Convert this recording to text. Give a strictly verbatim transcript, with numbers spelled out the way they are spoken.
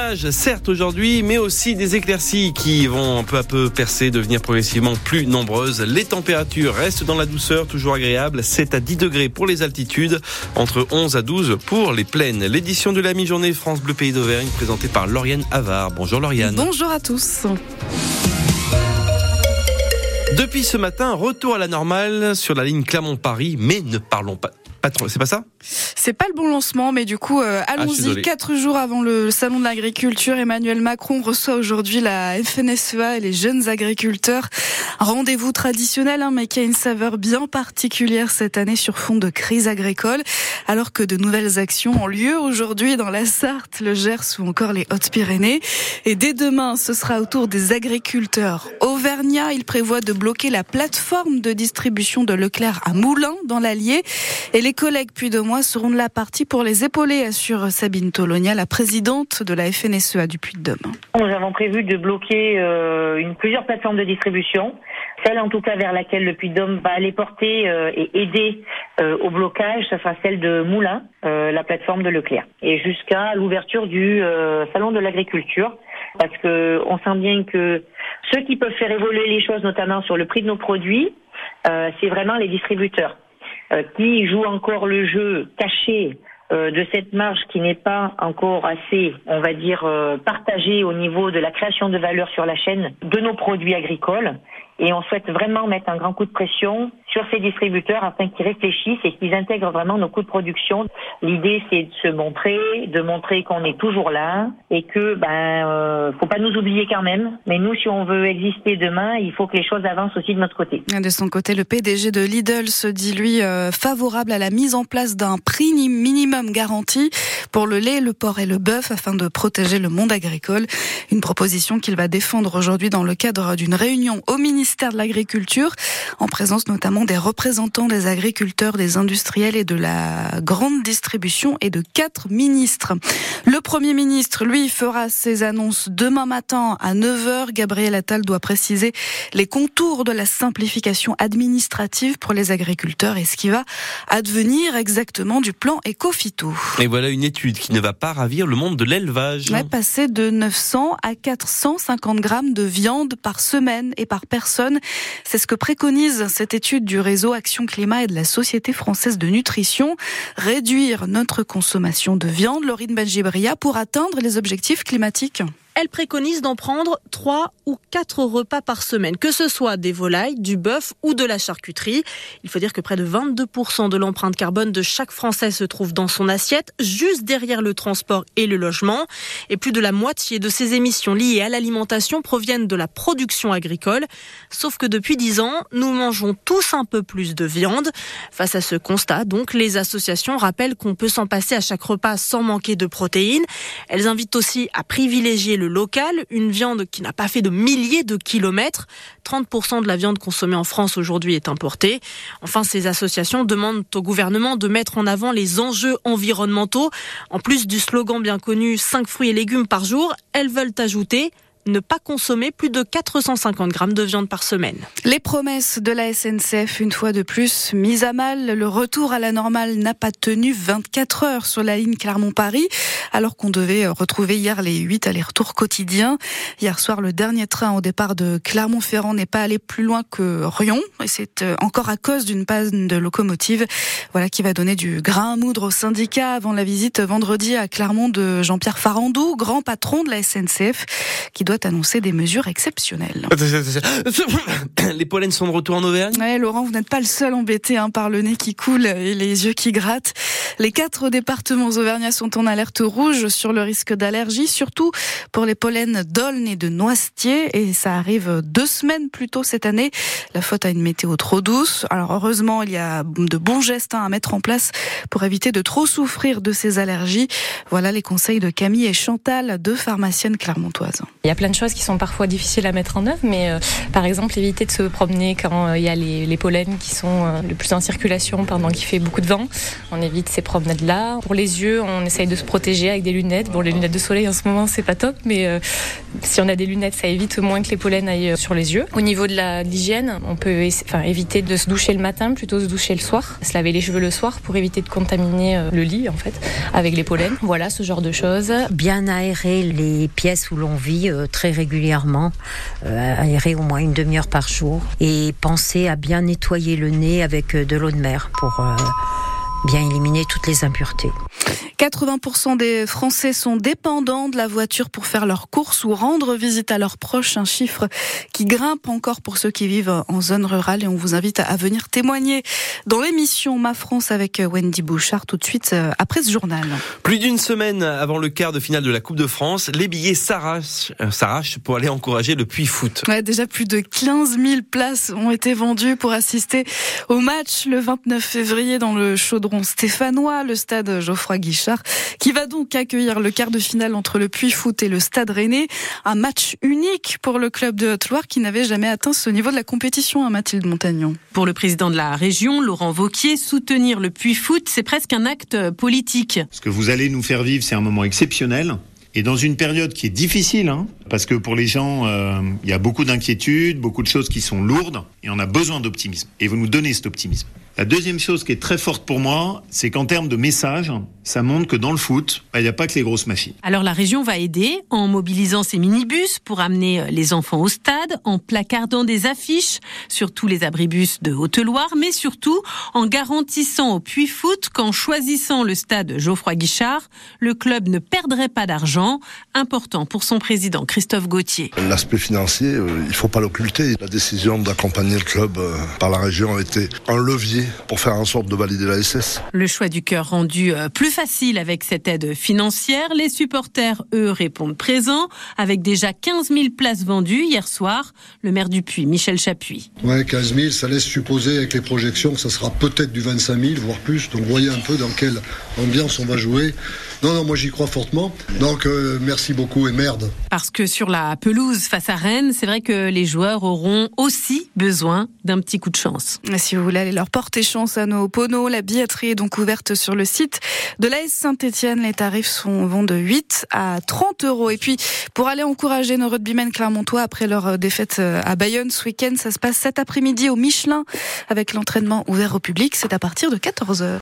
nuages, certes aujourd'hui, mais aussi des éclaircies qui vont peu à peu percer, devenir progressivement plus nombreuses. Les températures restent dans la douceur, toujours agréable. sept à dix degrés pour les altitudes, entre onze à douze pour les plaines. L'édition de la mi-journée France Bleu Pays d'Auvergne, présentée par Lauriane Havard. Bonjour Lauriane. Bonjour à tous. Depuis ce matin, retour à la normale sur la ligne Clermont-Paris, mais ne parlons pas... Pas trop, c'est pas ça ? C'est pas le bon lancement, mais du coup, euh, allons-y. Ah, Quatre jours avant le salon de l'agriculture, Emmanuel Macron reçoit aujourd'hui la F N S E A et les jeunes agriculteurs. Un rendez-vous traditionnel, hein, mais qui a une saveur bien particulière cette année sur fond de crise agricole, alors que de nouvelles actions ont lieu aujourd'hui dans la Sarthe, le Gers ou encore les Hautes-Pyrénées. Et dès demain, ce sera au tour des agriculteurs auvergnats. Ils prévoient de bloquer la plateforme de distribution de Leclerc à Moulins, dans l'Allier. Et les collègues Puy-de-Dôme seront de la partie pour les épauler, assure Sabine Tolonia, la présidente de la F N S E A du Puy-de-Dôme. Nous avons prévu de bloquer euh, une, plusieurs plateformes de distribution, celle en tout cas vers laquelle le Puy-de-Dôme va aller porter euh, et aider euh, au blocage, ça sera celle de Moulins, euh, la plateforme de Leclerc, et jusqu'à l'ouverture du euh, salon de l'agriculture, parce que on sent bien que ceux qui peuvent faire évoluer les choses, notamment sur le prix de nos produits, euh, c'est vraiment les distributeurs. Euh, qui joue encore le jeu caché euh, de cette marge qui n'est pas encore assez, on va dire, euh, partagée au niveau de la création de valeur sur la chaîne de nos produits agricoles. Et on souhaite vraiment mettre un grand coup de pression sur ces distributeurs afin qu'ils réfléchissent et qu'ils intègrent vraiment nos coûts de production. L'idée, c'est de se montrer, de montrer qu'on est toujours là et que, ben, euh, faut pas nous oublier quand même. Mais nous, si on veut exister demain, il faut que les choses avancent aussi de notre côté. De son côté, le P D G de Lidl se dit, lui, euh, favorable à la mise en place d'un prix minimum garanti pour le lait, le porc et le bœuf afin de protéger le monde agricole. Une proposition qu'il va défendre aujourd'hui dans le cadre d'une réunion au ministère de l'Agriculture, en présence notamment des représentants des agriculteurs, des industriels et de la grande distribution et de quatre ministres. Le Premier ministre, lui, fera ses annonces demain matin à neuf heures. Gabriel Attal doit préciser les contours de la simplification administrative pour les agriculteurs et ce qui va advenir exactement du plan Éco-Phyto. Et voilà une étude qui ne va pas ravir le monde de l'élevage. Ouais, passer de neuf cents à quatre cent cinquante grammes de viande par semaine et par personne. C'est ce que préconise cette étude du réseau Action Climat et de la Société française de nutrition. Réduire notre consommation de viande, Laurine Benjibria, pour atteindre les objectifs climatiques. Elle préconise d'en prendre trois ou quatre repas par semaine, que ce soit des volailles, du bœuf ou de la charcuterie. Il faut dire que près de vingt-deux pour cent de l'empreinte carbone de chaque Français se trouve dans son assiette, juste derrière le transport et le logement. Et plus de la moitié de ces émissions liées à l'alimentation proviennent de la production agricole. Sauf que depuis dix ans, nous mangeons tous un peu plus de viande. Face à ce constat, donc, les associations rappellent qu'on peut s'en passer à chaque repas sans manquer de protéines. Elles invitent aussi à privilégier le local, une viande qui n'a pas fait de milliers de kilomètres. trente pour cent de la viande consommée en France aujourd'hui est importée. Enfin, ces associations demandent au gouvernement de mettre en avant les enjeux environnementaux. En plus du slogan bien connu « cinq fruits et légumes par jour », elles veulent ajouter « ne pas consommer plus de quatre cent cinquante grammes de viande par semaine ». Les promesses de la S N C F, une fois de plus, mises à mal. Le retour à la normale n'a pas tenu vingt-quatre heures sur la ligne Clermont-Paris, alors qu'on devait retrouver hier les huit allers-retours quotidiens. Hier soir, le dernier train au départ de Clermont-Ferrand n'est pas allé plus loin que Riom, et c'est encore à cause d'une panne de locomotive, voilà, qui va donner du grain à moudre aux syndicats avant la visite vendredi à Clermont de Jean-Pierre Farandou, grand patron de la S N C F, qui doit annoncer des mesures exceptionnelles. Les pollens sont de retour en Auvergne. Ouais, Laurent, vous n'êtes pas le seul embêté hein, par le nez qui coule et les yeux qui grattent. Les quatre départements auvergnats sont en alerte rouge sur le risque d'allergie, surtout pour les pollens d'aulne et de noisetier. Et ça arrive deux semaines plus tôt cette année. La faute à une météo trop douce. Alors heureusement, il y a de bons gestes hein, à mettre en place pour éviter de trop souffrir de ces allergies. Voilà les conseils de Camille et Chantal, deux pharmaciennes clermontoises. Il y a plein de choses qui sont parfois difficiles à mettre en œuvre, mais euh, par exemple éviter de se promener quand il euh, y a les, les pollens qui sont euh, le plus en circulation pendant qu'il fait beaucoup de vent. On évite ces promenades-là. Pour les yeux, on essaye de se protéger avec des lunettes. Bon, les lunettes de soleil en ce moment c'est pas top, mais euh, si on a des lunettes, ça évite au moins que les pollens aillent sur les yeux. Au niveau de, la, de l'hygiène, on peut enfin, éviter de se doucher le matin, plutôt se doucher le soir, se laver les cheveux le soir pour éviter de contaminer euh, le lit en fait avec les pollens. Voilà, ce genre de choses. Bien aérer les pièces où l'on vit euh, très régulièrement, euh, aérer au moins une demi-heure par jour et penser à bien nettoyer le nez avec euh, de l'eau de mer pour euh, bien éliminer toutes les impuretés. quatre-vingts pour cent des Français sont dépendants de la voiture pour faire leurs courses ou rendre visite à leurs proches, un chiffre qui grimpe encore pour ceux qui vivent en zone rurale, et on vous invite à venir témoigner dans l'émission Ma France avec Wendy Bouchard tout de suite après ce journal. Plus d'une semaine avant le quart de finale de la Coupe de France, les billets s'arrachent, euh, s'arrachent pour aller encourager le Puy Foot. Ouais, déjà plus de quinze mille places ont été vendues pour assister au match le vingt-neuf février dans le chaudron stéphanois, le stade Geoffroy Guichard, qui va donc accueillir le quart de finale entre le Puy Foot et le Stade Rennais. Un match unique pour le club de Haute-Loire qui n'avait jamais atteint ce niveau de la compétition, hein, Mathilde Montagnon. Pour le président de la région, Laurent Wauquiez, soutenir le Puy Foot, c'est presque un acte politique. Ce que vous allez nous faire vivre, c'est un moment exceptionnel. Et dans une période qui est difficile, hein, parce que pour les gens, euh, il y a beaucoup d'inquiétudes, beaucoup de choses qui sont lourdes, et on a besoin d'optimisme. Et vous nous donnez cet optimisme. La deuxième chose qui est très forte pour moi, c'est qu'en termes de message, ça montre que dans le foot, bah, il n'y a pas que les grosses machines. Alors la région va aider en mobilisant ses minibus pour amener les enfants au stade, en placardant des affiches sur tous les abribus de Haute-Loire, mais surtout en garantissant au Puy Foot qu'en choisissant le stade Geoffroy Guichard, le club ne perdrait pas d'argent, important pour son président Christophe Gauthier. L'aspect financier, euh, il ne faut pas l'occulter. La décision d'accompagner le club euh, par la région a été un levier pour faire en sorte de valider la S S. Le choix du cœur rendu plus facile avec cette aide financière. Les supporters, eux, répondent présents avec déjà quinze mille places vendues hier soir. Le maire du Puy, Michel Chapuis. Ouais, quinze mille, ça laisse supposer avec les projections que ça sera peut-être du vingt-cinq mille, voire plus. Donc voyez un peu dans quelle ambiance on va jouer. Non, non, moi j'y crois fortement. Donc euh, merci beaucoup et merde. Parce que sur la pelouse face à Rennes, c'est vrai que les joueurs auront aussi besoin d'un petit coup de chance. Si vous voulez aller leur porter chance à nos poneaux, la billetterie est donc ouverte sur le site de l'A S Saint-Étienne. Les tarifs sont, vont de huit à trente euros. Et puis, pour aller encourager nos rugbymen clermontois après leur défaite à Bayonne ce week-end, ça se passe cet après-midi au Michelin avec l'entraînement ouvert au public. C'est à partir de quatorze heures.